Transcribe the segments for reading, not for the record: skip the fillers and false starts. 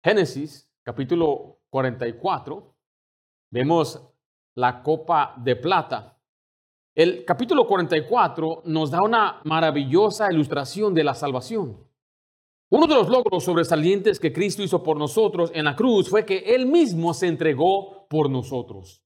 Génesis, capítulo 44, vemos la copa de plata. El capítulo 44 nos da una maravillosa ilustración de la salvación. Uno de los logros sobresalientes que Cristo hizo por nosotros en la cruz fue que Él mismo se entregó por nosotros.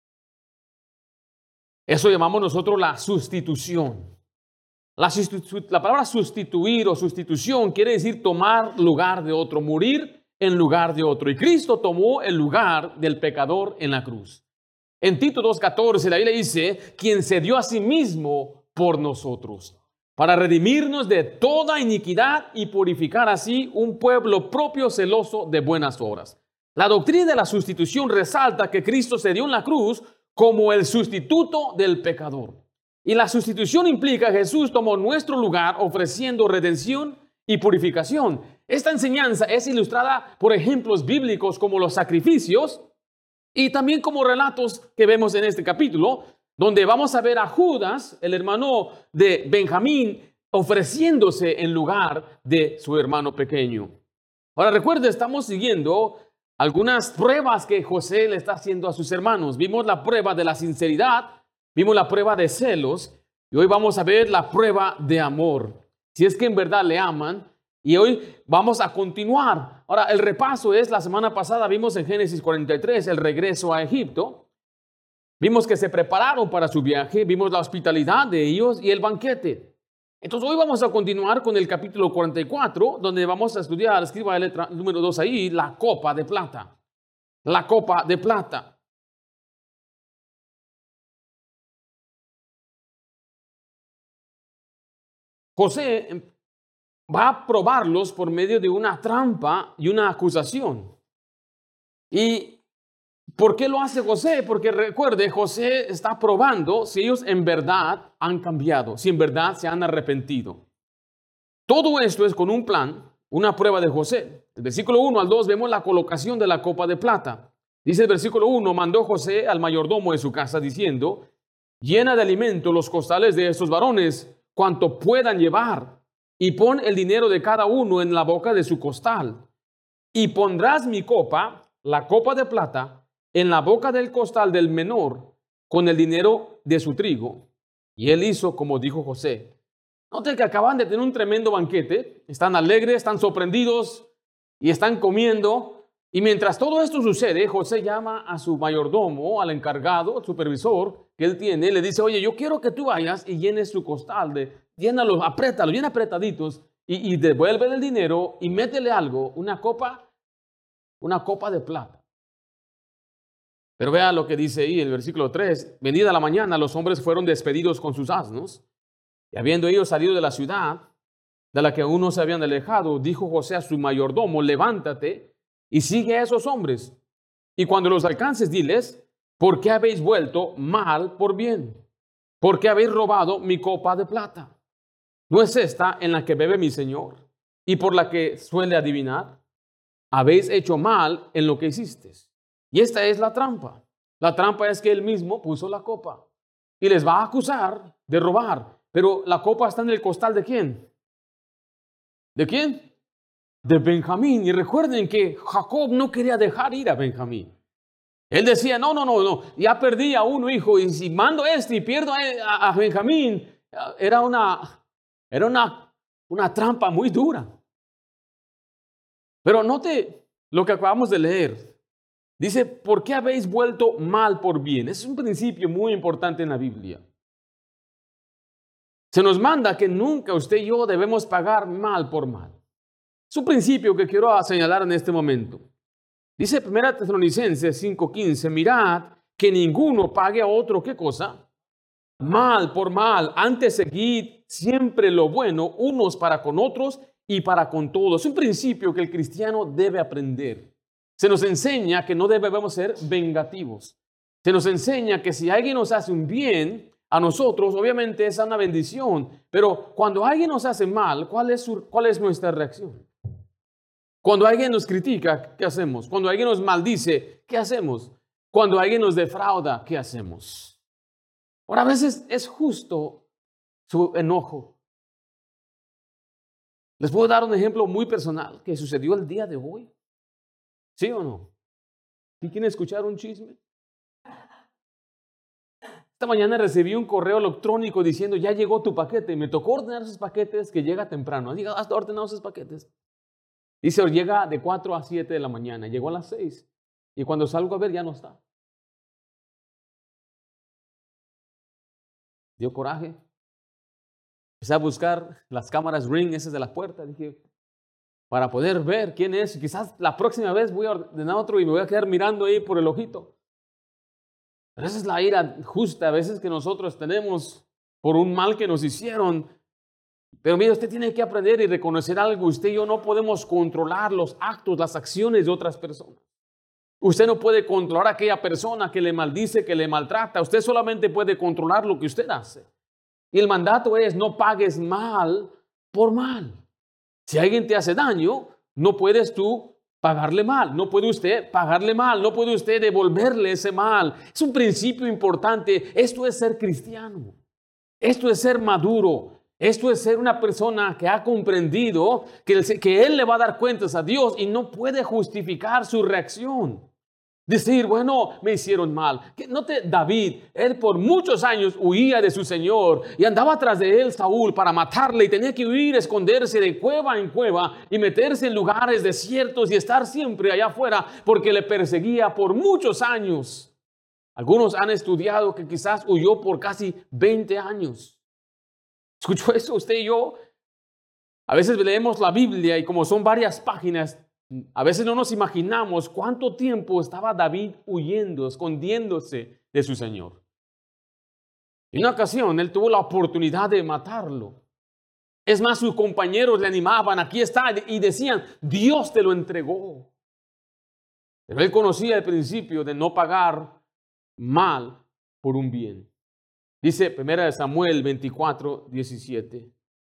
Eso llamamos nosotros la sustitución. La palabra sustituir o sustitución quiere decir tomar lugar de otro, morir en lugar de otro. Y Cristo tomó el lugar del pecador en la cruz. En Tito 2:14 la Biblia dice, quien se dio a sí mismo por nosotros, para redimirnos de toda iniquidad y purificar así un pueblo propio celoso de buenas obras. La doctrina de la sustitución resalta que Cristo se dio en la cruz como el sustituto del pecador. Y la sustitución implica que Jesús tomó nuestro lugar ofreciendo redención y purificación. Esta enseñanza es ilustrada por ejemplos bíblicos como los sacrificios y también como relatos que vemos en este capítulo, donde vamos a ver a Judas, el hermano de Benjamín, ofreciéndose en lugar de su hermano pequeño. Ahora recuerde, estamos siguiendo algunas pruebas que José le está haciendo a sus hermanos. Vimos la prueba de la sinceridad, vimos la prueba de celos y hoy vamos a ver la prueba de amor. Si es que en verdad le aman. Y hoy vamos a continuar. Ahora, el repaso es, la semana pasada vimos en Génesis 43 el regreso a Egipto. Vimos que se prepararon para su viaje, vimos la hospitalidad de ellos y el banquete. Entonces hoy vamos a continuar con el capítulo 44, donde vamos a estudiar, escriba la letra número 2 ahí, la copa de plata. La copa de plata. José va a probarlos por medio de una trampa y una acusación. ¿Y por qué lo hace José? Porque recuerde, José está probando si ellos en verdad han cambiado, si en verdad se han arrepentido. Todo esto es con un plan, una prueba de José. El versículo 1 al 2 vemos la colocación de la copa de plata. Dice el versículo 1, mandó José al mayordomo de su casa diciendo, llena de alimento los costales de estos varones, cuanto puedan llevar, y pon el dinero de cada uno en la boca de su costal. Y pondrás mi copa, la copa de plata, en la boca del costal del menor, con el dinero de su trigo. Y él hizo como dijo José. Noten que acaban de tener un tremendo banquete, están alegres, están sorprendidos y están comiendo. Y mientras todo esto sucede, José llama a su mayordomo, al encargado, al supervisor que él tiene, le dice, oye, yo quiero que tú vayas y llenes su costal, llénalo, apriétalo, bien apretaditos y devuélvele el dinero y métele algo, una copa de plata. Pero vea lo que dice ahí el versículo 3, venida la mañana los hombres fueron despedidos con sus asnos y habiendo ellos salido de la ciudad de la que aún no se habían alejado, dijo José a su mayordomo, levántate y sigue a esos hombres. Y cuando los alcances, diles, ¿por qué habéis vuelto mal por bien? ¿Por qué habéis robado mi copa de plata? ¿No es esta en la que bebe mi señor y por la que suele adivinar? Habéis hecho mal en lo que hicisteis. Y esta es la trampa. La trampa es que él mismo puso la copa y les va a acusar de robar. Pero la copa está en el costal ¿de quién? ¿De quién? De Benjamín. Y recuerden que Jacob no quería dejar ir a Benjamín. Él decía, no, ya perdí a uno hijo y si mando y pierdo a Benjamín, era una trampa muy dura. Pero note lo que acabamos de leer. Dice, ¿por qué habéis vuelto mal por bien? Es un principio muy importante en la Biblia. Se nos manda que nunca usted y yo debemos pagar mal por mal. Es un principio que quiero señalar en este momento. Dice 1 Tesalonicenses 5:15, mirad que ninguno pague a otro, ¿qué cosa? Mal por mal, antes seguid siempre lo bueno, unos para con otros y para con todos. Es un principio que el cristiano debe aprender. Se nos enseña que no debemos ser vengativos. Se nos enseña que si alguien nos hace un bien a nosotros, obviamente es una bendición. Pero cuando alguien nos hace mal, ¿cuál es nuestra reacción? Cuando alguien nos critica, ¿qué hacemos? Cuando alguien nos maldice, ¿qué hacemos? Cuando alguien nos defrauda, ¿qué hacemos? Ahora, a veces es justo su enojo. Les puedo dar un ejemplo muy personal que sucedió el día de hoy. ¿Sí o no? ¿Y quieren escuchar un chisme? Esta mañana recibí un correo electrónico diciendo, ya llegó tu paquete. Y me tocó ordenar esos paquetes que llega temprano. ¿Has ordenado esos paquetes? Dice, llega de 4 a 7 de la mañana. Llegó a las 6. Y cuando salgo a ver, ya no está. Dio coraje. Empecé a buscar las cámaras Ring, esas de la puerta. Dije, para poder ver quién es. Quizás la próxima vez voy a ordenar otro y me voy a quedar mirando ahí por el ojito. Pero esa es la ira justa a veces que nosotros tenemos por un mal que nos hicieron. Pero mire, usted tiene que aprender y reconocer algo. Usted y yo no podemos controlar los actos, las acciones de otras personas. Usted no puede controlar a aquella persona que le maldice, que le maltrata. Usted solamente puede controlar lo que usted hace. Y el mandato es, no pagues mal por mal. Si alguien te hace daño, no puedes tú pagarle mal. No puede usted pagarle mal. No puede usted devolverle ese mal. Es un principio importante. Esto es ser cristiano. Esto es ser maduro. Esto es ser una persona que ha comprendido que él le va a dar cuentas a Dios y no puede justificar su reacción. Decir, bueno, me hicieron mal. Note David, él por muchos años huía de su Señor y andaba tras de él Saúl para matarle y tenía que huir, esconderse de cueva en cueva y meterse en lugares desiertos y estar siempre allá afuera porque le perseguía por muchos años. Algunos han estudiado que quizás huyó por casi 20 años. ¿Escuchó eso usted y yo? A veces leemos la Biblia y como son varias páginas, a veces no nos imaginamos cuánto tiempo estaba David huyendo, escondiéndose de su Señor. En una ocasión, él tuvo la oportunidad de matarlo. Es más, sus compañeros le animaban, aquí está, y decían, Dios te lo entregó. Pero él conocía el principio de no pagar mal por un bien. Dice 1 Samuel 24, 17.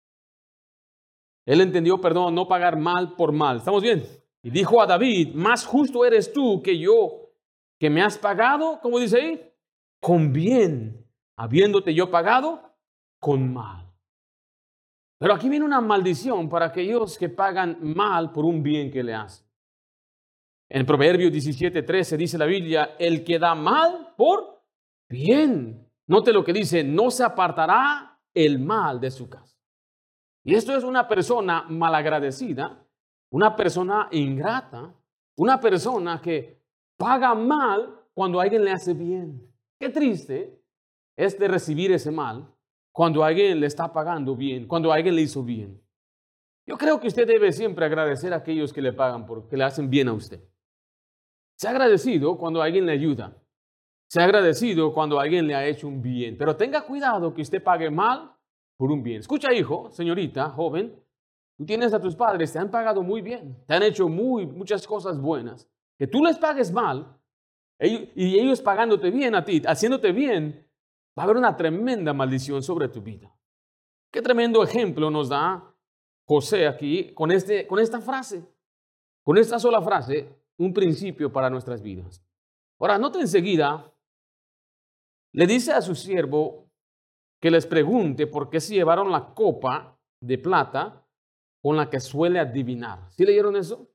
Él entendió, perdón, no pagar mal por mal. ¿Estamos bien? Y dijo a David, más justo eres tú que yo, que me has pagado, ¿cómo dice ahí? Con bien, habiéndote yo pagado con mal. Pero aquí viene una maldición para aquellos que pagan mal por un bien que le hacen. En Proverbios 17:13 dice la Biblia, el que da mal por bien. Note lo que dice, no se apartará el mal de su casa. Y esto es una persona malagradecida, una persona ingrata, una persona que paga mal cuando alguien le hace bien. Qué triste es de recibir ese mal cuando alguien le está pagando bien, cuando alguien le hizo bien. Yo creo que usted debe siempre agradecer a aquellos que le pagan porque le hacen bien a usted. Sea agradecido cuando alguien le ayuda. Sea agradecido cuando alguien le ha hecho un bien. Pero tenga cuidado que usted pague mal por un bien. Escucha, hijo, señorita, joven, tú tienes a tus padres, te han pagado muy bien, te han hecho muchas cosas buenas. Que tú les pagues mal y ellos pagándote bien a ti, haciéndote bien, va a haber una tremenda maldición sobre tu vida. Qué tremendo ejemplo nos da José aquí con esta frase, con esta sola frase, un principio para nuestras vidas. Ahora, note enseguida, le dice a su siervo que les pregunte por qué se llevaron la copa de plata con la que suele adivinar. ¿Sí leyeron eso?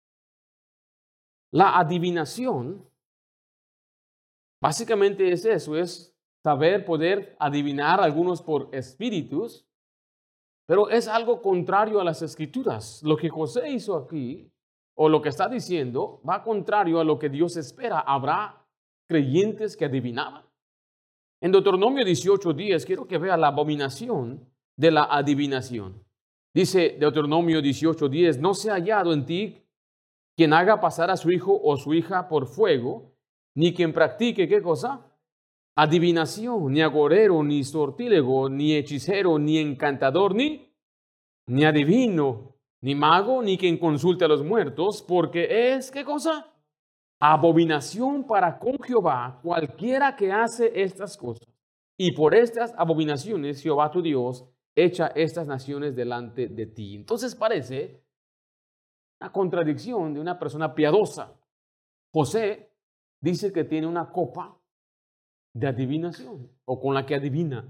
La adivinación básicamente es eso, es saber poder adivinar algunos por espíritus, pero es algo contrario a las escrituras. Lo que José hizo aquí, o lo que está diciendo, va contrario a lo que Dios espera. Habrá creyentes que adivinaban. En Deuteronomio 18:10, quiero que vea la abominación de la adivinación. Dice Deuteronomio 18:10, no se ha hallado en ti quien haga pasar a su hijo o su hija por fuego, ni quien practique, ¿qué cosa? Adivinación, ni agorero, ni sortílego, ni hechicero, ni encantador, ni adivino, ni mago, ni quien consulte a los muertos, porque es, ¿qué cosa? Abominación para con Jehová cualquiera que hace estas cosas. Y por estas abominaciones Jehová tu Dios echa estas naciones delante de ti. Entonces parece una contradicción de una persona piadosa. José dice que tiene una copa de adivinación o con la que adivina.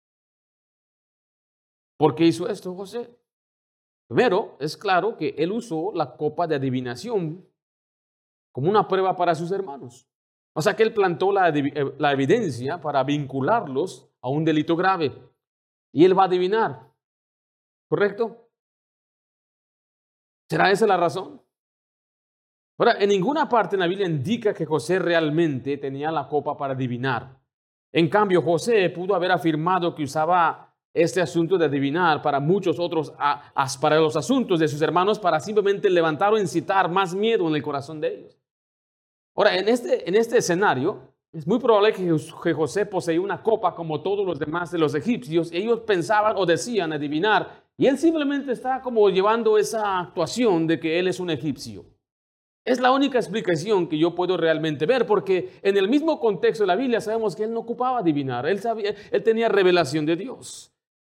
¿Por qué hizo esto José? Primero, es claro que él usó la copa de adivinación como una prueba para sus hermanos. O sea que él plantó la evidencia para vincularlos a un delito grave. Y él va a adivinar. ¿Correcto? ¿Será esa la razón? Ahora, en ninguna parte en la Biblia indica que José realmente tenía la copa para adivinar. En cambio, José pudo haber afirmado que usaba este asunto de adivinar para muchos otros, para los asuntos de sus hermanos, para simplemente levantar o incitar más miedo en el corazón de ellos. Ahora, en este escenario, es muy probable que José poseía una copa como todos los demás de los egipcios. Ellos pensaban o decían adivinar, y él simplemente está como llevando esa actuación de que él es un egipcio. Es la única explicación que yo puedo realmente ver, porque en el mismo contexto de la Biblia sabemos que él no ocupaba adivinar, él tenía revelación de Dios.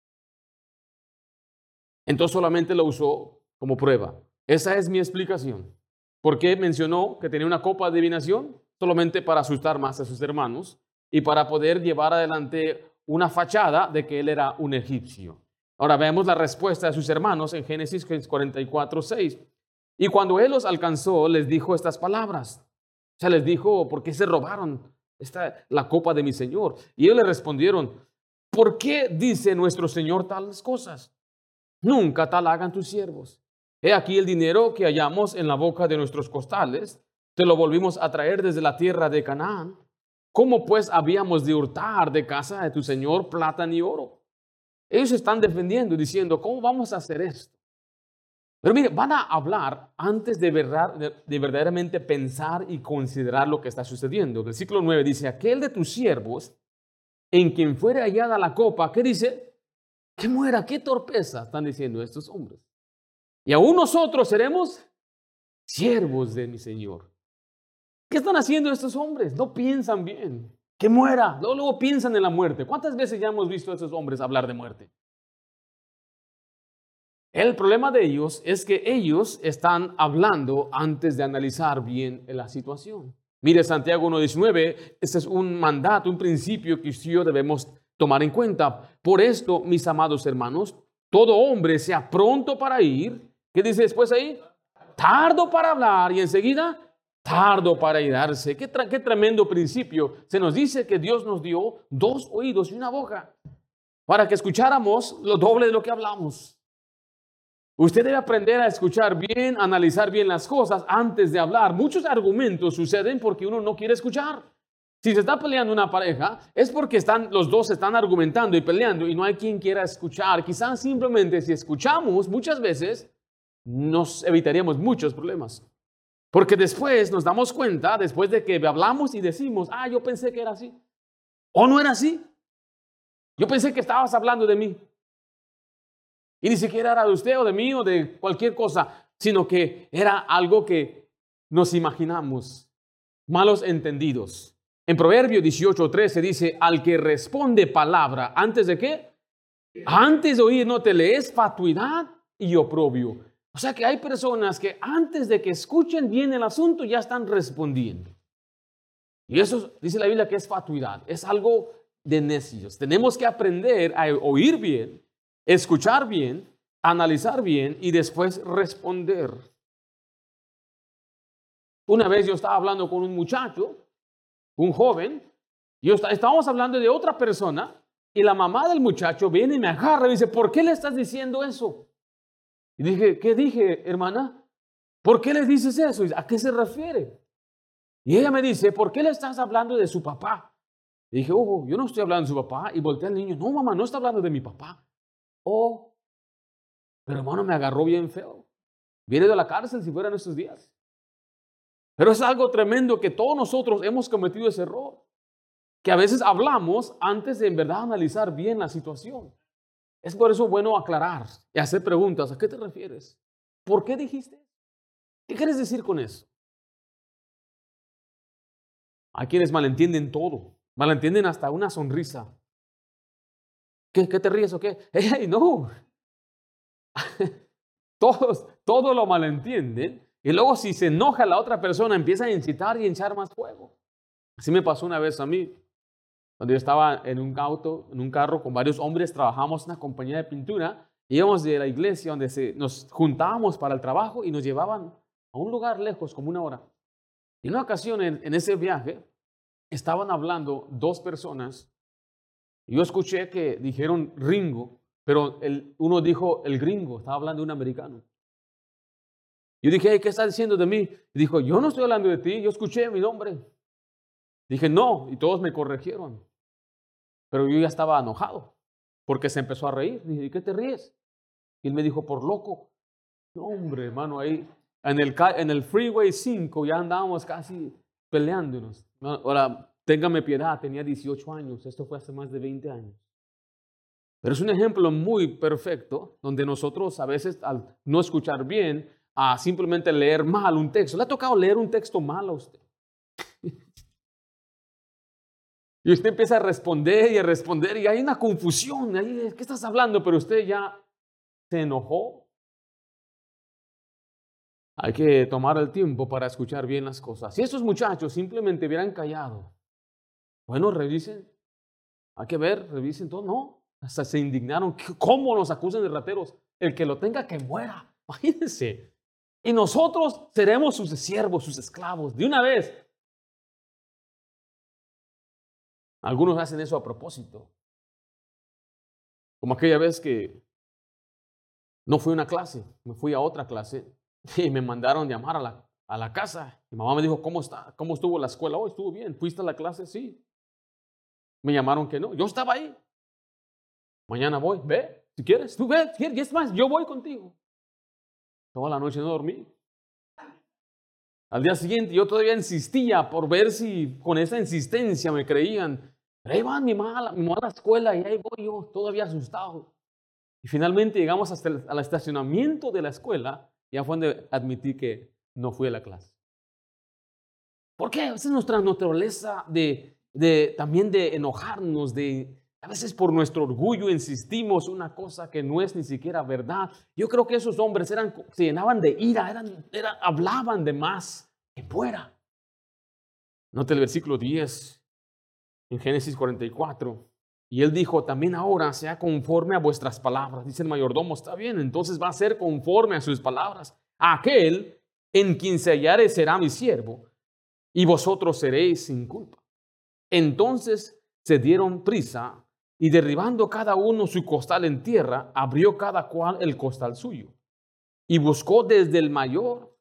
Entonces solamente lo usó como prueba. Esa es mi explicación. ¿Por qué mencionó que tenía una copa de adivinación? Solamente para asustar más a sus hermanos y para poder llevar adelante una fachada de que él era un egipcio. Ahora vemos la respuesta de sus hermanos en Génesis 44:6. Y cuando él los alcanzó, les dijo estas palabras. O sea, les dijo, ¿por qué se robaron la copa de mi Señor? Y ellos le respondieron, ¿por qué dice nuestro Señor tales cosas? Nunca tal hagan tus siervos. He aquí el dinero que hallamos en la boca de nuestros costales, te lo volvimos a traer desde la tierra de Canaán. ¿Cómo pues habíamos de hurtar de casa de tu Señor plata ni oro? Ellos están defendiendo, diciendo, ¿cómo vamos a hacer esto? Pero mire, van a hablar antes de verdaderamente pensar y considerar lo que está sucediendo. El versículo 9 dice, aquel de tus siervos, en quien fuere hallada la copa, ¿qué dice? Que muera, qué torpeza, están diciendo estos hombres. Y aún nosotros seremos siervos de mi Señor. ¿Qué están haciendo estos hombres? No piensan bien. Que muera, luego piensan en la muerte. ¿Cuántas veces ya hemos visto a esos hombres hablar de muerte? El problema de ellos es que ellos están hablando antes de analizar bien la situación. Mire, Santiago 1:19, este es un mandato, un principio que usted y yo debemos tomar en cuenta. Por esto, mis amados hermanos, todo hombre sea pronto para ir. ¿Qué dice después ahí? Tardo para hablar y enseguida tardo para irarse. Qué tremendo principio. Se nos dice que Dios nos dio 2 oídos y una boca para que escucháramos lo doble de lo que hablamos. Usted debe aprender a escuchar bien, analizar bien las cosas antes de hablar. Muchos argumentos suceden porque uno no quiere escuchar. Si se está peleando una pareja, es porque los dos están argumentando y peleando y no hay quien quiera escuchar. Quizás simplemente si escuchamos muchas veces, nos evitaríamos muchos problemas. Porque después nos damos cuenta, después de que hablamos y decimos, yo pensé que era así. O no era así. Yo pensé que estabas hablando de mí. Y ni siquiera era de usted o de mí o de cualquier cosa, sino que era algo que nos imaginamos, malos entendidos. En Proverbios 18:13 dice, al que responde palabra, ¿antes de qué? Antes de oír no te lees fatuidad y oprobio. O sea que hay personas que antes de que escuchen bien el asunto ya están respondiendo. Y eso dice la Biblia que es fatuidad, es algo de necios. Tenemos que aprender a oír bien, escuchar bien, analizar bien y después responder. Una vez yo estaba hablando con un muchacho, un joven, estábamos hablando de otra persona y la mamá del muchacho viene y me agarra y dice, ¿por qué le estás diciendo eso? Y dije, ¿qué dije, hermana? ¿Por qué le dices eso? ¿A qué se refiere? Y ella me dice, ¿por qué le estás hablando de su papá? Y dije, yo no estoy hablando de su papá. Y volteé al niño, no, mamá, no está hablando de mi papá. Pero hermano, me agarró bien feo. Viene de la cárcel si fueran estos días. Pero es algo tremendo que todos nosotros hemos cometido ese error. Que a veces hablamos antes de en verdad analizar bien la situación. Es por eso bueno aclarar y hacer preguntas. ¿A qué te refieres? ¿Por qué dijiste? ¿Qué quieres decir con eso? Hay quienes malentienden todo. Malentienden hasta una sonrisa. ¿Qué te ríes o qué? ¡Ey, no! Todos lo malentienden. Y luego si se enoja la otra persona, empieza a incitar y echar más fuego. Así me pasó una vez a mí. Cuando yo estaba en un carro con varios hombres, trabajamos en una compañía de pintura. Íbamos de la iglesia donde nos juntábamos para el trabajo y nos llevaban a un lugar lejos, como 1 hora. Y en una ocasión en ese viaje estaban hablando dos personas. Y yo escuché que dijeron Ringo, pero uno dijo el gringo, estaba hablando de un americano. Yo dije, hey, ¿qué estás diciendo de mí? Y dijo, yo no estoy hablando de ti, yo escuché mi nombre. Dije, no, y todos me corrigieron. Pero yo ya estaba enojado, porque se empezó a reír. Dije, ¿y qué te ríes? Y él me dijo, por loco. No, hombre, hermano, ahí en el Freeway 5 ya andábamos casi peleándonos. No, ahora, téngame piedad, tenía 18 años, esto fue hace más de 20 años. Pero es un ejemplo muy perfecto donde nosotros a veces al no escuchar bien, a simplemente leer mal un texto. ¿Le ha tocado leer un texto mal a usted? Y usted empieza a responder y hay una confusión. Ahí, ¿qué estás hablando? Pero usted ya se enojó. Hay que tomar el tiempo para escuchar bien las cosas. Si estos muchachos simplemente hubieran callado, bueno, revisen. Hay que ver, revisen todo. No, hasta se indignaron. ¿Cómo nos acusan de rateros? El que lo tenga, que muera. Imagínense. Y nosotros seremos sus siervos, sus esclavos, de una vez. Algunos hacen eso a propósito. Como aquella vez que no fui a una clase, me fui a otra clase y me mandaron llamar a la casa. Mi mamá me dijo, ¿cómo está? ¿Cómo estuvo la escuela hoy? ¿Estuvo bien? ¿Fuiste a la clase? Sí. Me llamaron que no. Yo estaba ahí. Mañana voy. Ve, si quieres. Tú ve, y es más, yo voy contigo. Toda la noche no dormí. Al día siguiente yo todavía insistía por ver si con esa insistencia me creían. Pero ahí va mi mamá a la escuela y ahí voy yo todavía asustado. Y finalmente llegamos hasta al estacionamiento de la escuela. Ya fue donde admití que no fui a la clase. ¿Por qué? Esa es nuestra naturaleza también de enojarnos, a veces por nuestro orgullo insistimos una cosa que no es ni siquiera verdad. Yo creo que esos hombres se llenaban de ira, hablaban de más que fuera. Note el versículo 10 en Génesis 44. Y él dijo, también ahora sea conforme a vuestras palabras. Dice el mayordomo, está bien, entonces va a ser conforme a sus palabras. Aquel en quien se hallare será mi siervo, y vosotros seréis sin culpa. Entonces se dieron prisa, y derribando cada uno su costal en tierra, abrió cada cual el costal suyo. Y buscó desde el mayor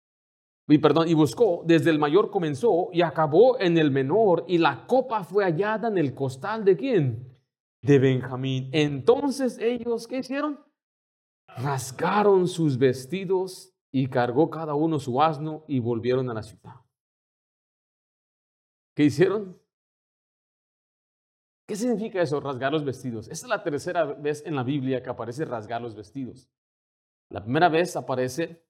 comenzó y acabó en el menor, y la copa fue hallada en el costal ¿de quién? De Benjamín. Entonces ellos, ¿qué hicieron? Rasgaron sus vestidos y cargó cada uno su asno y volvieron a la ciudad. ¿Qué hicieron? ¿Qué significa eso, rasgar los vestidos? Esta es la tercera vez en la Biblia que aparece rasgar los vestidos. La primera vez aparece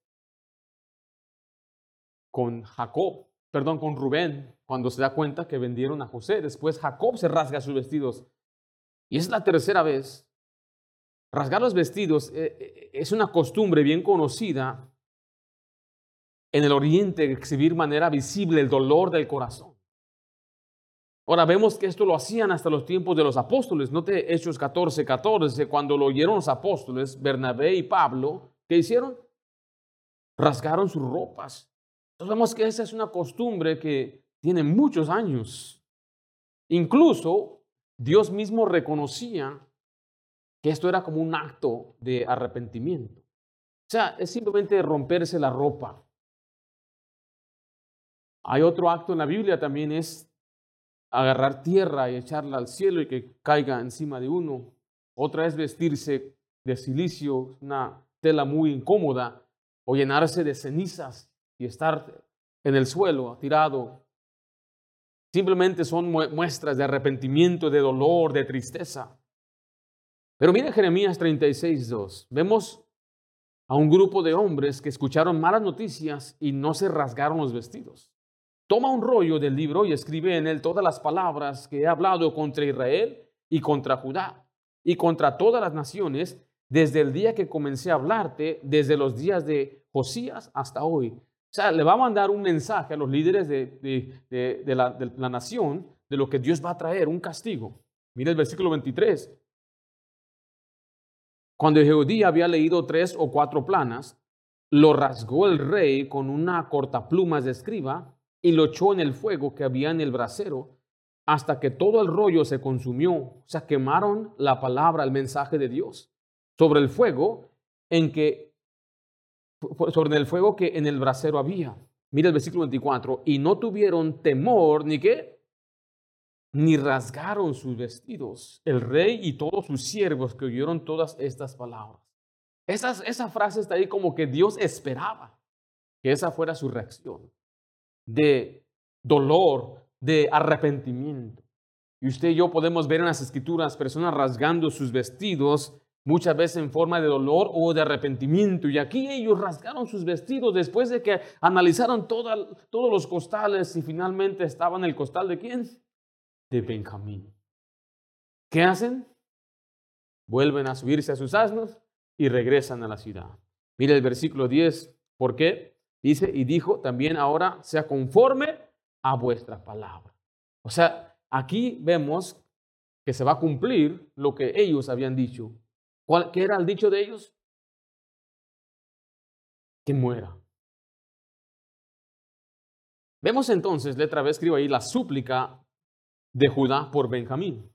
con Rubén, cuando se da cuenta que vendieron a José. Después Jacob se rasga sus vestidos. Y es la tercera vez. Rasgar los vestidos es una costumbre bien conocida en el Oriente, exhibir de manera visible el dolor del corazón. Ahora vemos que esto lo hacían hasta los tiempos de los apóstoles. Note Hechos 14:14, cuando lo oyeron los apóstoles, Bernabé y Pablo, ¿qué hicieron? Rasgaron sus ropas. Entonces vemos que esa es una costumbre que tiene muchos años. Incluso Dios mismo reconocía que esto era como un acto de arrepentimiento. O sea, es simplemente romperse la ropa. Hay otro acto en la Biblia también, es agarrar tierra y echarla al cielo y que caiga encima de uno. Otra es vestirse de cilicio, una tela muy incómoda, o llenarse de cenizas y estar en el suelo tirado. Simplemente son muestras de arrepentimiento, de dolor, de tristeza. Pero mire Jeremías 36:2. Vemos a un grupo de hombres que escucharon malas noticias y no se rasgaron los vestidos. Toma un rollo del libro y escribe en él todas las palabras que he hablado contra Israel y contra Judá y contra todas las naciones desde el día que comencé a hablarte, desde los días de Josías hasta hoy. O sea, le va a mandar un mensaje a los líderes de la nación de lo que Dios va a traer, un castigo. Mira el versículo 23. Cuando Jehudí había leído 3 o 4 planas, lo rasgó el rey con una cortaplumas de escriba y lo echó en el fuego que había en el brasero hasta que todo el rollo se consumió. O sea, quemaron la palabra, el mensaje de Dios sobre el fuego sobre el fuego que en el brasero había. Mira el versículo 24. Y no tuvieron temor ni qué, ni rasgaron sus vestidos. El rey y todos sus siervos que oyeron todas estas palabras. Esa frase está ahí como que Dios esperaba que esa fuera su reacción de dolor, de arrepentimiento. Y usted y yo podemos ver en las Escrituras personas rasgando sus vestidos, muchas veces en forma de dolor o de arrepentimiento. Y aquí ellos rasgaron sus vestidos después de que analizaron todos los costales y finalmente estaba en el costal ¿de quién? De Benjamín. ¿Qué hacen? Vuelven a subirse a sus asnos y regresan a la ciudad. Mira el versículo 10. ¿Por qué? Dice, y dijo también ahora sea conforme a vuestra palabra. O sea, aquí vemos que se va a cumplir lo que ellos habían dicho. ¿Qué era el dicho de ellos? Que muera. Vemos entonces, letra B, escribo ahí, la súplica de Judá por Benjamín.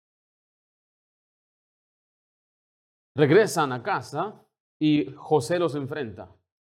Regresan a casa y José los enfrenta.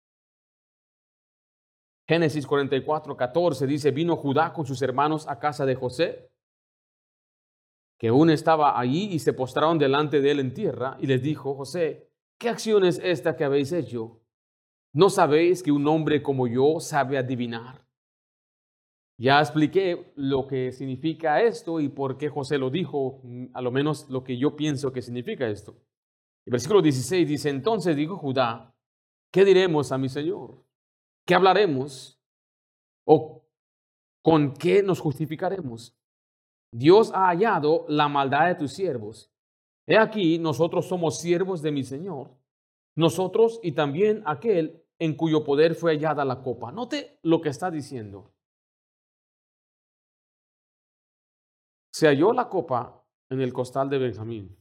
Génesis 44:14 dice, vino Judá con sus hermanos a casa de José, que aún estaba allí, y se postraron delante de él en tierra, y les dijo, José, ¿qué acción es esta que habéis hecho? ¿No sabéis que un hombre como yo sabe adivinar? Ya expliqué lo que significa esto y por qué José lo dijo, a lo menos lo que yo pienso que significa esto. El versículo 16 dice, entonces dijo Judá, ¿qué diremos a mi señor? ¿Qué hablaremos? ¿O con qué nos justificaremos? Dios ha hallado la maldad de tus siervos. He aquí, nosotros somos siervos de mi Señor, nosotros y también aquel en cuyo poder fue hallada la copa. Note lo que está diciendo. Se halló la copa en el costal de Benjamín.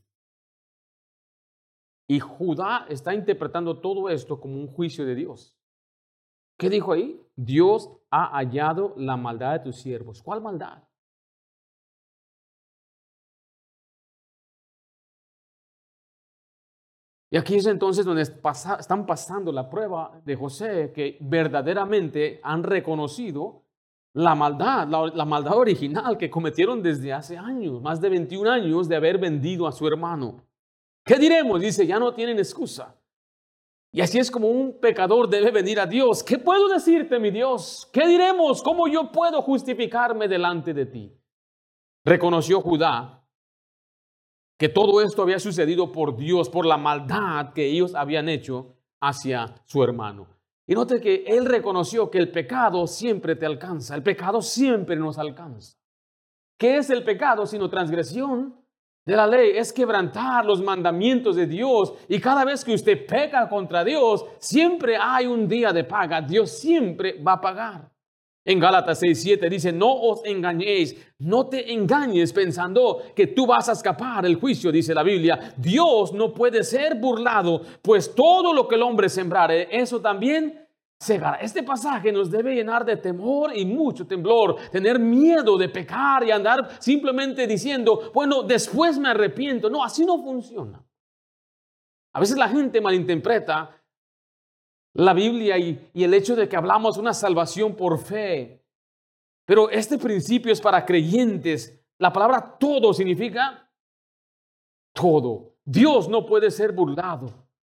Y Judá está interpretando todo esto como un juicio de Dios. ¿Qué dijo ahí? Dios ha hallado la maldad de tus siervos. ¿Cuál maldad? Y aquí es entonces donde están pasando la prueba de José, que verdaderamente han reconocido la maldad, la maldad original que cometieron desde hace años, más de 21 años de haber vendido a su hermano. ¿Qué diremos? Dice, ya no tienen excusa. Y así es como un pecador debe venir a Dios. ¿Qué puedo decirte, mi Dios? ¿Qué diremos? ¿Cómo yo puedo justificarme delante de ti? Reconoció Judá que todo esto había sucedido por Dios, por la maldad que ellos habían hecho hacia su hermano. Y note que él reconoció que el pecado siempre te alcanza, el pecado siempre nos alcanza. ¿Qué es el pecado sino transgresión de la ley? Es quebrantar los mandamientos de Dios. Y cada vez que usted peca contra Dios, siempre hay un día de paga. Dios siempre va a pagar. En Gálatas 6:7 dice, no os engañéis, no te engañes pensando que tú vas a escapar del juicio, dice la Biblia. Dios no puede ser burlado, pues todo lo que el hombre sembrare, eso también segará. Este pasaje nos debe llenar de temor y mucho temblor, tener miedo de pecar y andar simplemente diciendo, bueno, después me arrepiento. No, así no funciona. A veces la gente malinterpreta la Biblia y el hecho de que hablamos una salvación por fe. Pero este principio es para creyentes. La palabra todo significa todo. Dios no puede ser burlado.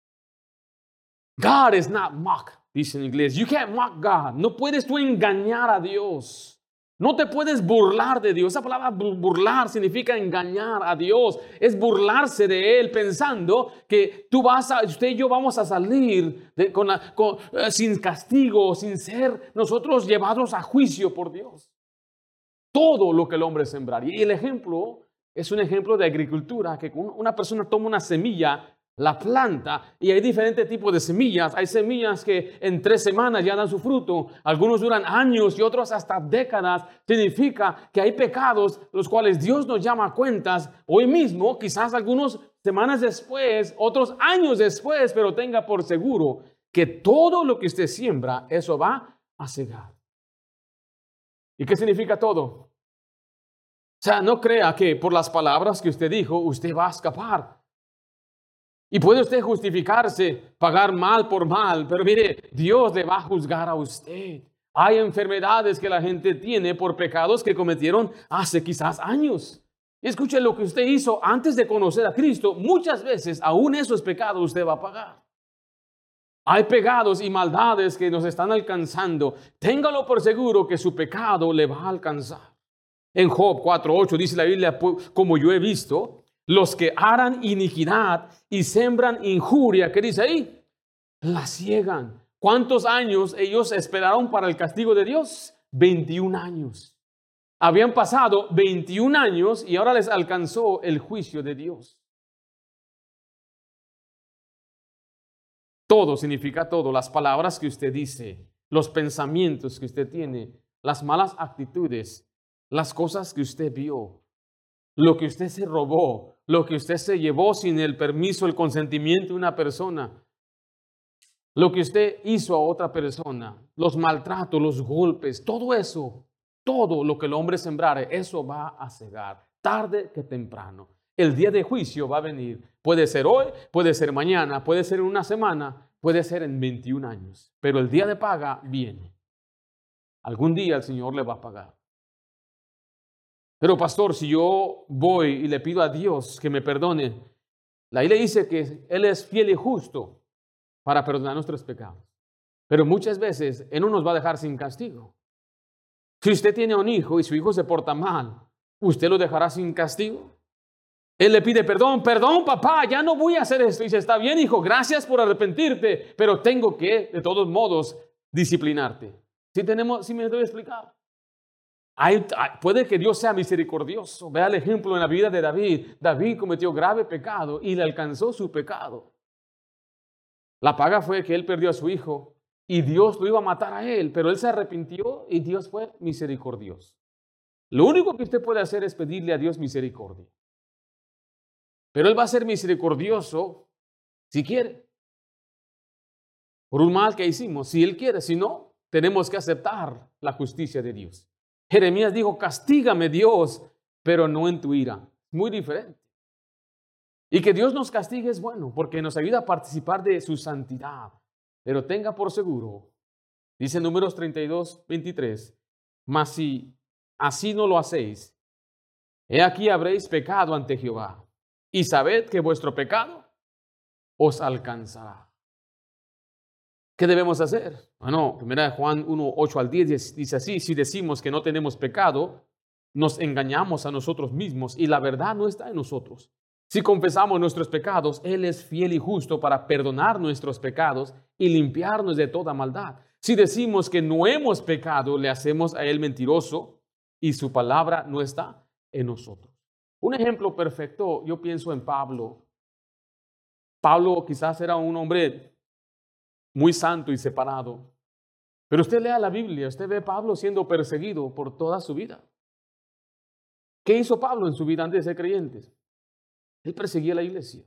God is not mocked, dice en inglés. You can't mock God. No puedes tú engañar a Dios. No te puedes burlar de Dios. Esa palabra burlar significa engañar a Dios. Es burlarse de Él pensando que usted y yo vamos a salir sin castigo, sin ser nosotros llevados a juicio por Dios. Todo lo que el hombre sembraría. Y el ejemplo es un ejemplo de agricultura, que una persona toma una semilla, la planta, y hay diferentes tipos de semillas. Hay semillas que en 3 semanas ya dan su fruto. Algunos duran años y otros hasta décadas. Significa que hay pecados los cuales Dios nos llama a cuentas hoy mismo, quizás algunas semanas después, otros años después, pero tenga por seguro que todo lo que usted siembra, eso va a cegar. ¿Y qué significa todo? O sea, no crea que por las palabras que usted dijo, usted va a escapar. Y puede usted justificarse, pagar mal por mal, pero mire, Dios le va a juzgar a usted. Hay enfermedades que la gente tiene por pecados que cometieron hace quizás años. Y escuche lo que usted hizo antes de conocer a Cristo. Muchas veces, aún esos pecados usted va a pagar. Hay pecados y maldades que nos están alcanzando. Téngalo por seguro que su pecado le va a alcanzar. En Job 4:8 dice la Biblia, como yo he visto, los que harán iniquidad y sembran injuria, ¿qué dice ahí? La ciegan. ¿Cuántos años ellos esperaron para el castigo de Dios? 21 años. Habían pasado 21 años y ahora les alcanzó el juicio de Dios. Todo significa todo. Las palabras que usted dice, los pensamientos que usted tiene, las malas actitudes, las cosas que usted vio, lo que usted se robó, lo que usted se llevó sin el permiso, el consentimiento de una persona, lo que usted hizo a otra persona, los maltratos, los golpes, todo eso, todo lo que el hombre sembrare, eso va a cegar, tarde que temprano. El día de juicio va a venir. Puede ser hoy, puede ser mañana, puede ser en una semana, puede ser en 21 años. Pero el día de paga viene. Algún día el Señor le va a pagar. Pero pastor, si yo voy y le pido a Dios que me perdone, la Biblia dice que Él es fiel y justo para perdonar nuestros pecados. Pero muchas veces Él no nos va a dejar sin castigo. Si usted tiene un hijo y su hijo se porta mal, ¿usted lo dejará sin castigo? Él le pide perdón, perdón papá, ya no voy a hacer esto. Y dice, está bien hijo, gracias por arrepentirte, pero tengo que de todos modos disciplinarte. ¿Sí me estoy explicando? Puede que Dios sea misericordioso. Vea el ejemplo en la vida de David. David cometió grave pecado y le alcanzó su pecado. La paga fue que él perdió a su hijo y Dios lo iba a matar a él, pero él se arrepintió y Dios fue misericordioso. Lo único que usted puede hacer es pedirle a Dios misericordia. Pero Él va a ser misericordioso si quiere. Por un mal que hicimos, si Él quiere. Si no, tenemos que aceptar la justicia de Dios. Jeremías dijo, castígame Dios, pero no en tu ira. Muy diferente. Y que Dios nos castigue es bueno, porque nos ayuda a participar de su santidad. Pero tenga por seguro, dice Números 32:23, mas si así no lo hacéis, he aquí habréis pecado ante Jehová. Y sabed que vuestro pecado os alcanzará. ¿Qué debemos hacer? Bueno, 1 Juan 1:8-10 dice así, si decimos que no tenemos pecado, nos engañamos a nosotros mismos y la verdad no está en nosotros. Si confesamos nuestros pecados, Él es fiel y justo para perdonar nuestros pecados y limpiarnos de toda maldad. Si decimos que no hemos pecado, le hacemos a Él mentiroso y su palabra no está en nosotros. Un ejemplo perfecto, yo pienso en Pablo. Pablo quizás era un hombre muy santo y separado. Pero usted lea la Biblia, usted ve a Pablo siendo perseguido por toda su vida. ¿Qué hizo Pablo en su vida antes de ser creyente? Él perseguía a la iglesia.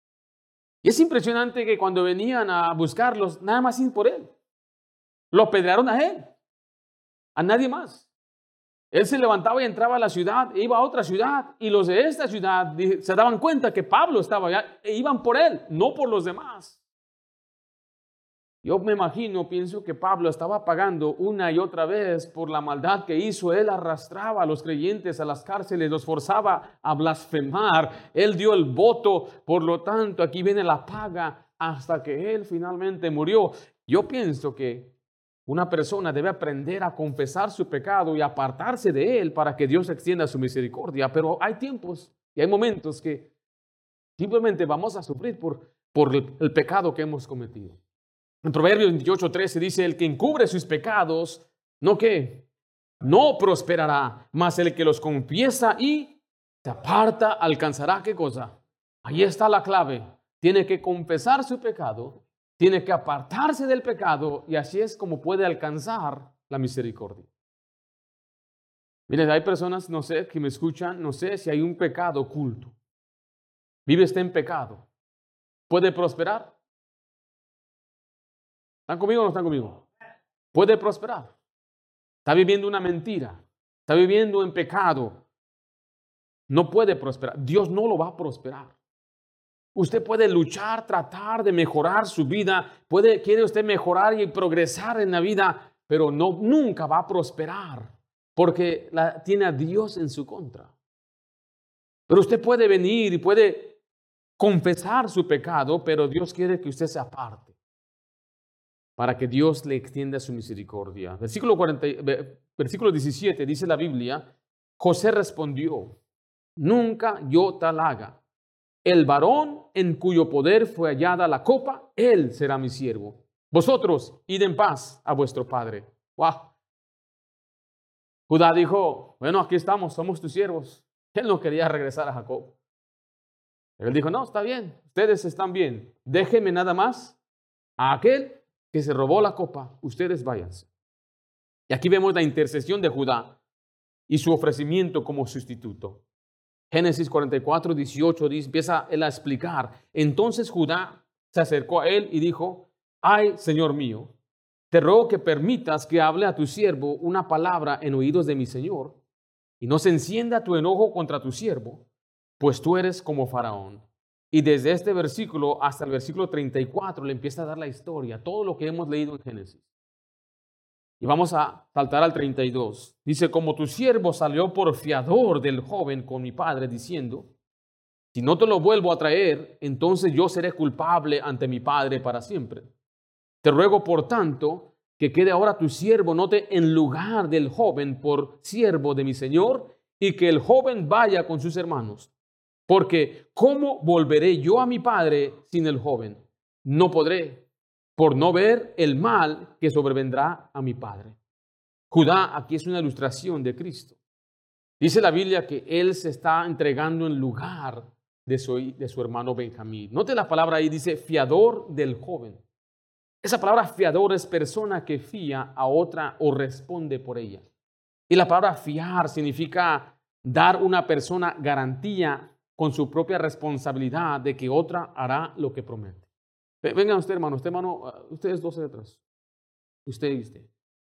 Y es impresionante que cuando venían a buscarlos, nada más sin por él. Lo apedrearon a él, a nadie más. Él se levantaba y entraba a la ciudad, e iba a otra ciudad, y los de esta ciudad se daban cuenta que Pablo estaba allá, e iban por él, no por los demás. Yo me imagino, pienso que Pablo estaba pagando una y otra vez por la maldad que hizo. Él arrastraba a los creyentes a las cárceles, los forzaba a blasfemar. Él dio el voto, por lo tanto, aquí viene la paga hasta que él finalmente murió. Yo pienso que una persona debe aprender a confesar su pecado y apartarse de él para que Dios extienda su misericordia. Pero hay tiempos y hay momentos que simplemente vamos a sufrir por el pecado que hemos cometido. En Proverbios 28:13 dice, el que encubre sus pecados, ¿no qué? No prosperará, mas el que los confiesa y se aparta alcanzará, ¿qué cosa? Ahí está la clave. Tiene que confesar su pecado, tiene que apartarse del pecado y así es como puede alcanzar la misericordia. Miren, hay personas, no sé, que me escuchan, no sé si hay un pecado oculto. ¿Vive usted en pecado? ¿Puede prosperar? ¿Están conmigo o no están conmigo? Puede prosperar. está viviendo una mentira, está viviendo en pecado, no puede prosperar. Dios no lo va a prosperar. Usted puede luchar, tratar de mejorar su vida, quiere usted mejorar y progresar en la vida, pero nunca va a prosperar porque tiene a Dios en su contra. Pero usted puede venir y puede confesar su pecado, pero Dios quiere que usted se aparte para que Dios le extienda su misericordia. Versículo 17 dice la Biblia, José respondió, nunca yo tal haga. El varón en cuyo poder fue hallada la copa, él será mi siervo. Vosotros id en paz a vuestro padre. ¡Wow! Judá dijo, bueno, aquí estamos, somos tus siervos. Él no quería regresar a Jacob. Él dijo, no, está bien, ustedes están bien. Déjenme nada más a aquel que se robó la copa. Ustedes váyanse. Y aquí vemos la intercesión de Judá y su ofrecimiento como sustituto. Génesis 44, 18 empieza él a explicar. Entonces Judá se acercó a él y dijo, ay, Señor mío, te ruego que permitas que hable a tu siervo una palabra en oídos de mi Señor, y no se encienda tu enojo contra tu siervo, pues tú eres como Faraón. Y desde este versículo hasta el versículo 34 le empieza a dar la historia, todo lo que hemos leído en Génesis. Y vamos a saltar al 32. Dice, como tu siervo salió por fiador del joven con mi padre, diciendo, si no te lo vuelvo a traer, entonces yo seré culpable ante mi padre para siempre. Te ruego, por tanto, que quede ahora tu siervo note en lugar del joven por siervo de mi señor, y que el joven vaya con sus hermanos. Porque ¿cómo volveré yo a mi padre sin el joven? No podré, por no ver el mal que sobrevendrá a mi padre. Judá aquí es una ilustración de Cristo. Dice la Biblia que él se está entregando en lugar de su hermano Benjamín. Note la palabra ahí, dice fiador del joven. Esa palabra fiador es persona que fía a otra o responde por ella. Y la palabra fiar significa dar a una persona garantía con su propia responsabilidad de que otra hará lo que promete. Venga usted, hermano, ustedes dos detrás. Usted y usted.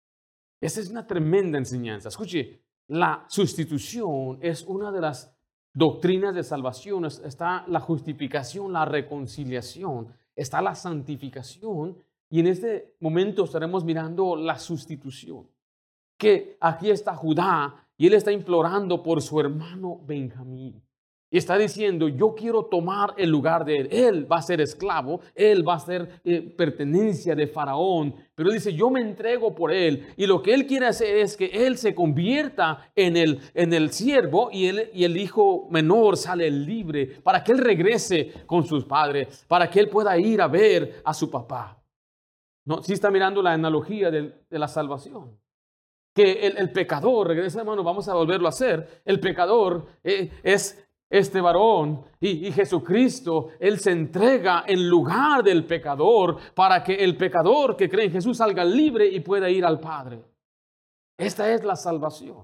Esa es una tremenda enseñanza. Escuche, la sustitución es una de las doctrinas de salvación. Está la justificación, la reconciliación, está la santificación. Y en este momento estaremos mirando la sustitución. Que aquí está Judá y él está implorando por su hermano Benjamín. Y está diciendo, yo quiero tomar el lugar de él. Él va a ser esclavo, él va a ser pertenencia de Faraón. Pero él dice, yo me entrego por él. Y lo que él quiere hacer es que él se convierta en el siervo y el hijo menor sale libre para que él regrese con sus padres, para que él pueda ir a ver a su papá. ¿No? Sí está mirando la analogía de la salvación. Que el pecador, regresa hermano, vamos a volverlo a hacer. El pecador es este varón y Jesucristo, él se entrega en lugar del pecador para que el pecador que cree en Jesús salga libre y pueda ir al Padre. Esta es la salvación.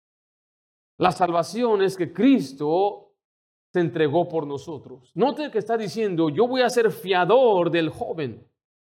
La salvación es que Cristo se entregó por nosotros. Note que está diciendo, yo voy a ser fiador del joven.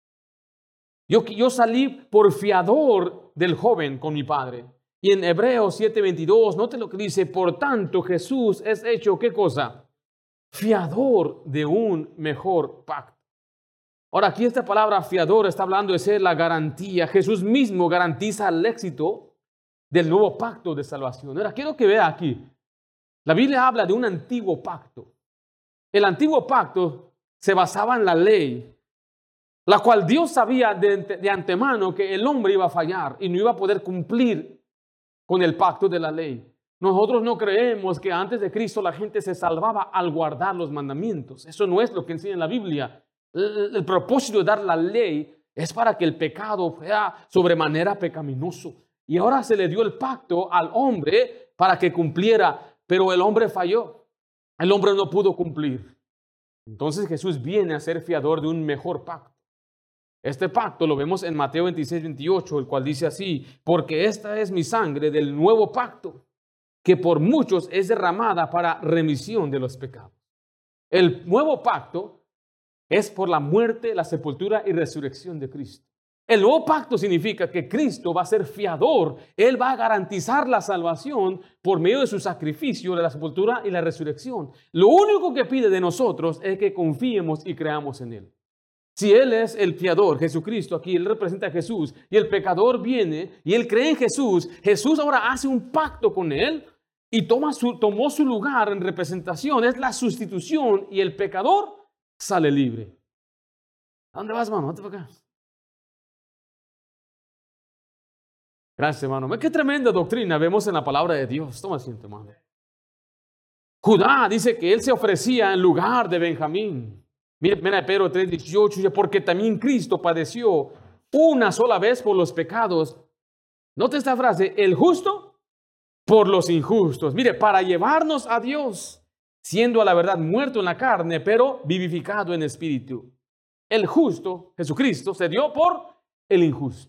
Yo salí por fiador del joven con mi padre. Y en Hebreos 7:22, note lo que dice, por tanto Jesús es hecho, ¿qué cosa? Fiador de un mejor pacto. Ahora, aquí esta palabra fiador está hablando de ser la garantía. Jesús mismo garantiza el éxito del nuevo pacto de salvación. Ahora, quiero que vea aquí. La Biblia habla de un antiguo pacto. El antiguo pacto se basaba en la ley, la cual Dios sabía de antemano que el hombre iba a fallar y no iba a poder cumplir con el pacto de la ley. Nosotros no creemos que antes de Cristo la gente se salvaba al guardar los mandamientos. Eso no es lo que enseña la Biblia. El propósito de dar la ley es para que el pecado fuera sobremanera pecaminoso. Y ahora se le dio el pacto al hombre para que cumpliera, pero el hombre falló. El hombre no pudo cumplir. Entonces Jesús viene a ser fiador de un mejor pacto. Este pacto lo vemos en Mateo 26:28, el cual dice así, porque esta es mi sangre del nuevo pacto, que por muchos es derramada para remisión de los pecados. El nuevo pacto es por la muerte, la sepultura y resurrección de Cristo. El nuevo pacto significa que Cristo va a ser fiador. Él va a garantizar la salvación por medio de su sacrificio, de la sepultura y la resurrección. Lo único que pide de nosotros es que confiemos y creamos en Él. Si Él es el fiador, Jesucristo, aquí Él representa a Jesús, y el pecador viene y Él cree en Jesús, Jesús ahora hace un pacto con Él y tomó su lugar en representación. Es la sustitución y el pecador sale libre. ¿A dónde vas, hermano? Vete para acá. Gracias, hermano. Qué tremenda doctrina vemos en la palabra de Dios. Toma asiento, hermano. Judá dice que él se ofrecía en lugar de Benjamín. Mira Pedro 3:18, dice, porque también Cristo padeció una sola vez por los pecados. Note esta frase, el justo por los injustos. Mire, para llevarnos a Dios, siendo a la verdad muerto en la carne, pero vivificado en espíritu. El justo, Jesucristo, se dio por el injusto.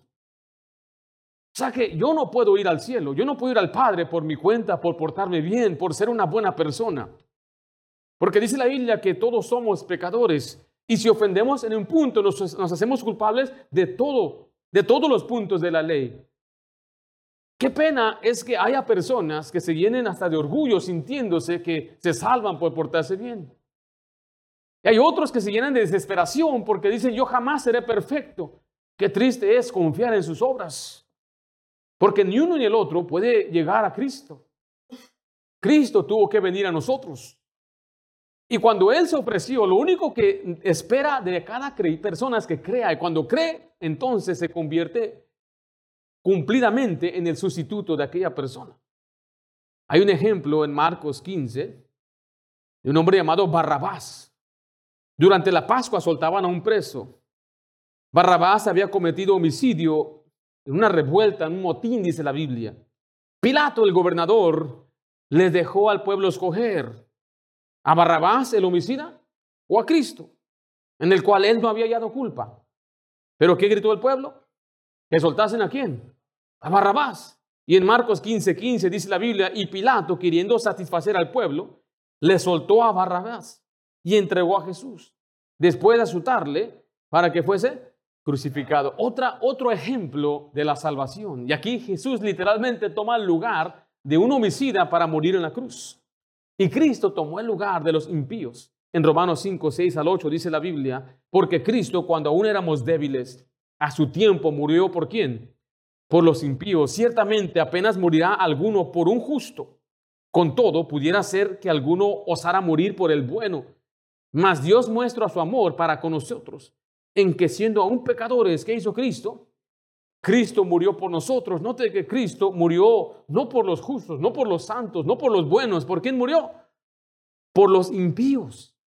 O sea que yo no puedo ir al cielo, yo no puedo ir al Padre por mi cuenta, por portarme bien, por ser una buena persona. Porque dice la Biblia que todos somos pecadores y si ofendemos en un punto nos hacemos culpables de todos los puntos de la ley. Qué pena es que haya personas que se llenen hasta de orgullo sintiéndose que se salvan por portarse bien. Y hay otros que se llenan de desesperación porque dicen yo jamás seré perfecto. Qué triste es confiar en sus obras. Porque ni uno ni el otro puede llegar a Cristo. Cristo tuvo que venir a nosotros. Y cuando Él se ofreció, lo único que espera de cada persona es que crea. Y cuando cree, entonces se convierte cumplidamente en el sustituto de aquella persona. Hay un ejemplo en Marcos 15 de un hombre llamado Barrabás. Durante la Pascua soltaban a un preso. Barrabás había cometido homicidio en una revuelta, en un motín, dice la Biblia. Pilato, el gobernador, les dejó al pueblo escoger a Barrabás, el homicida, o a Cristo, en el cual él no había hallado culpa. ¿Pero qué gritó el pueblo? ¿Que soltasen a quién? A Barrabás. Y en Marcos 15:15 dice la Biblia, y Pilato, queriendo satisfacer al pueblo, le soltó a Barrabás y entregó a Jesús, después de azotarle para que fuese crucificado. Otro ejemplo de la salvación. Y aquí Jesús literalmente toma el lugar de un homicida para morir en la cruz. Y Cristo tomó el lugar de los impíos. En Romanos 5:6-8 dice la Biblia, porque Cristo cuando aún éramos débiles, a su tiempo murió ¿por quién? Por los impíos. Ciertamente apenas morirá alguno por un justo. Con todo, pudiera ser que alguno osara morir por el bueno. Mas Dios muestra su amor para con nosotros, en que siendo aún pecadores, ¿qué hizo Cristo? Cristo murió por nosotros. Note que Cristo murió no por los justos, no por los santos, no por los buenos. ¿Por quién murió? Por los impíos.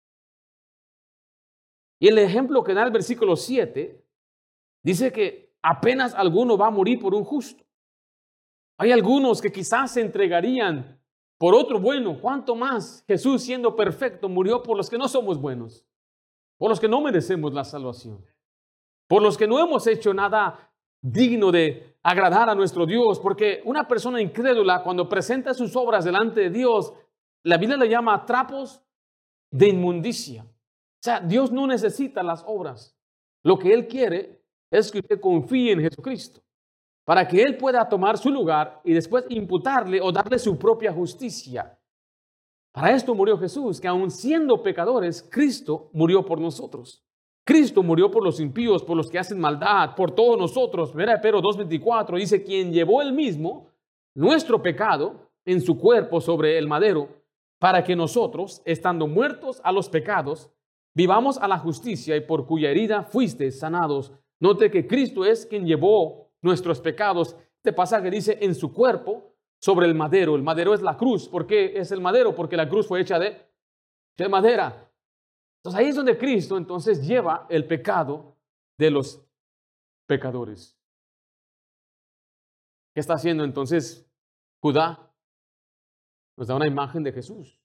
Y el ejemplo que da el versículo 7 dice que apenas alguno va a morir por un justo. Hay algunos que quizás se entregarían por otro bueno. ¿Cuánto más Jesús, siendo perfecto, murió por los que no somos buenos? Por los que no merecemos la salvación, por los que no hemos hecho nada digno de agradar a nuestro Dios, porque una persona incrédula cuando presenta sus obras delante de Dios, la Biblia le llama trapos de inmundicia. O sea, Dios no necesita las obras. Lo que Él quiere es que usted confíe en Jesucristo, para que Él pueda tomar su lugar y después imputarle o darle su propia justicia. Para esto murió Jesús, que aun siendo pecadores, Cristo murió por nosotros. Cristo murió por los impíos, por los que hacen maldad, por todos nosotros. Mira, Pedro 2:24 dice, quien llevó él mismo nuestro pecado en su cuerpo sobre el madero, para que nosotros, estando muertos a los pecados, vivamos a la justicia y por cuya herida fuisteis sanados. Note que Cristo es quien llevó nuestros pecados. Este pasaje dice en su cuerpo, sobre el madero. El madero es la cruz. ¿Por qué es el madero? Porque la cruz fue hecha de madera. Entonces ahí es donde Cristo entonces lleva el pecado de los pecadores. ¿Qué está haciendo entonces Judá? Nos da una imagen de Jesús.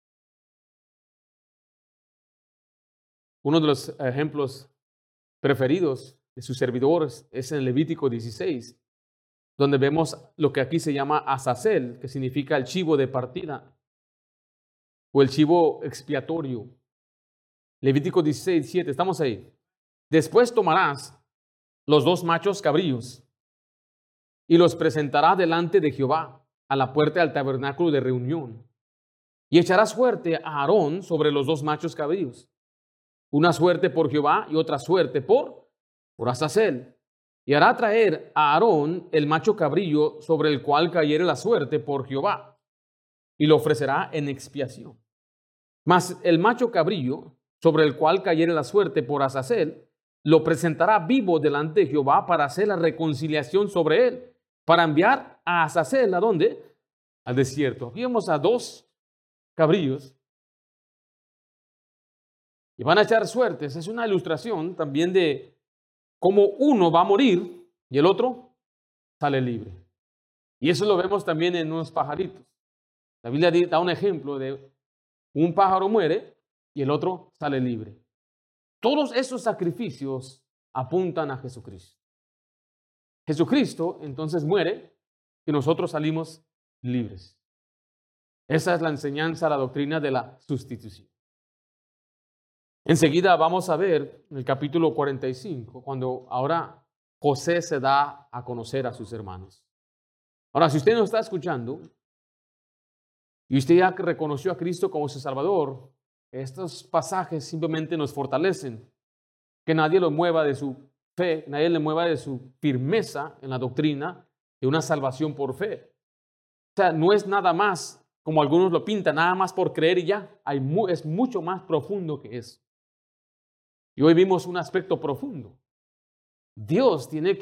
Uno de los ejemplos preferidos de sus servidores es en Levítico 16. Donde vemos lo que aquí se llama azazel, que significa el chivo de partida o el chivo expiatorio. Levítico 16:7, estamos ahí. Después tomarás los 2 machos cabríos y los presentará delante de Jehová a la puerta del tabernáculo de reunión. Y echará suerte a Aarón sobre los 2 machos cabríos, una suerte por Jehová y otra suerte por Azazel. Y hará traer a Aarón el macho cabrillo sobre el cual cayere la suerte por Jehová, y lo ofrecerá en expiación. Mas el macho cabrillo sobre el cual cayere la suerte por Azazel, lo presentará vivo delante de Jehová para hacer la reconciliación sobre él, para enviar a Azazel, ¿a dónde? Al desierto. Vimos a 2 cabrillos y van a echar suertes. Es una ilustración también de cómo uno va a morir y el otro sale libre. Y eso lo vemos también en unos pajaritos. La Biblia da un ejemplo de un pájaro muere y el otro sale libre. Todos esos sacrificios apuntan a Jesucristo. Jesucristo entonces muere y nosotros salimos libres. Esa es la enseñanza, la doctrina de la sustitución. Enseguida vamos a ver en el capítulo 45, cuando ahora José se da a conocer a sus hermanos. Ahora, si usted nos está escuchando y usted ya reconoció a Cristo como su Salvador, estos pasajes simplemente nos fortalecen. Que nadie lo mueva de su fe, nadie le mueva de su firmeza en la doctrina de una salvación por fe. O sea, no es nada más, como algunos lo pintan, nada más por creer y ya. Es mucho más profundo que eso. Y hoy vimos un aspecto profundo. Dios tuvo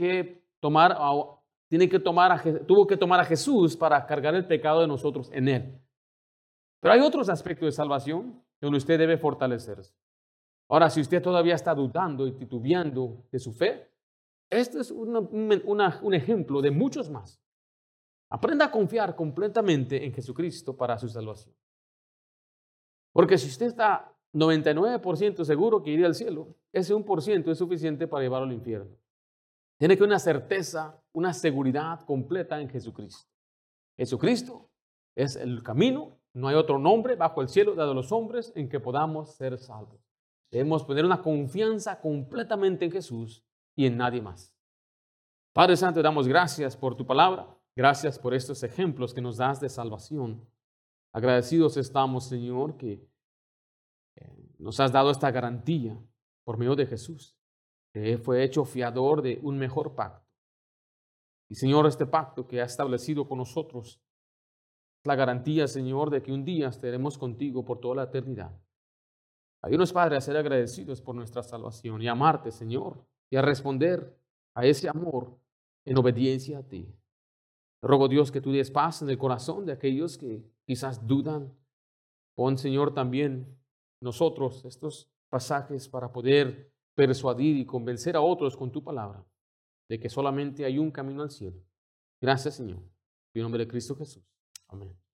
que tomar a Jesús para cargar el pecado de nosotros en él. Pero hay otros aspectos de salvación donde usted debe fortalecerse. Ahora, si usted todavía está dudando y titubeando de su fe, este es un ejemplo de muchos más. Aprenda a confiar completamente en Jesucristo para su salvación. Porque si usted está 99% seguro que iría al cielo, ese 1% es suficiente para llevarlo al infierno. Tiene que una certeza, una seguridad completa en Jesucristo. Jesucristo es el camino, no hay otro nombre bajo el cielo dado a los hombres en que podamos ser salvos. Debemos poner una confianza completamente en Jesús y en nadie más. Padre Santo, damos gracias por tu palabra. Gracias por estos ejemplos que nos das de salvación. Agradecidos estamos, Señor, que nos has dado esta garantía por medio de Jesús, que fue hecho fiador de un mejor pacto. Y, Señor, este pacto que has establecido con nosotros es la garantía, Señor, de que un día estaremos contigo por toda la eternidad. Ayúdanos, Padre, a ser agradecidos por nuestra salvación y a amarte, Señor, y a responder a ese amor en obediencia a ti. Ruego, Dios, que tú des paz en el corazón de aquellos que quizás dudan. Pon, Señor, también nosotros estos pasajes para poder persuadir y convencer a otros con tu palabra de que solamente hay un camino al cielo. Gracias, Señor. En nombre de Cristo Jesús. Amén.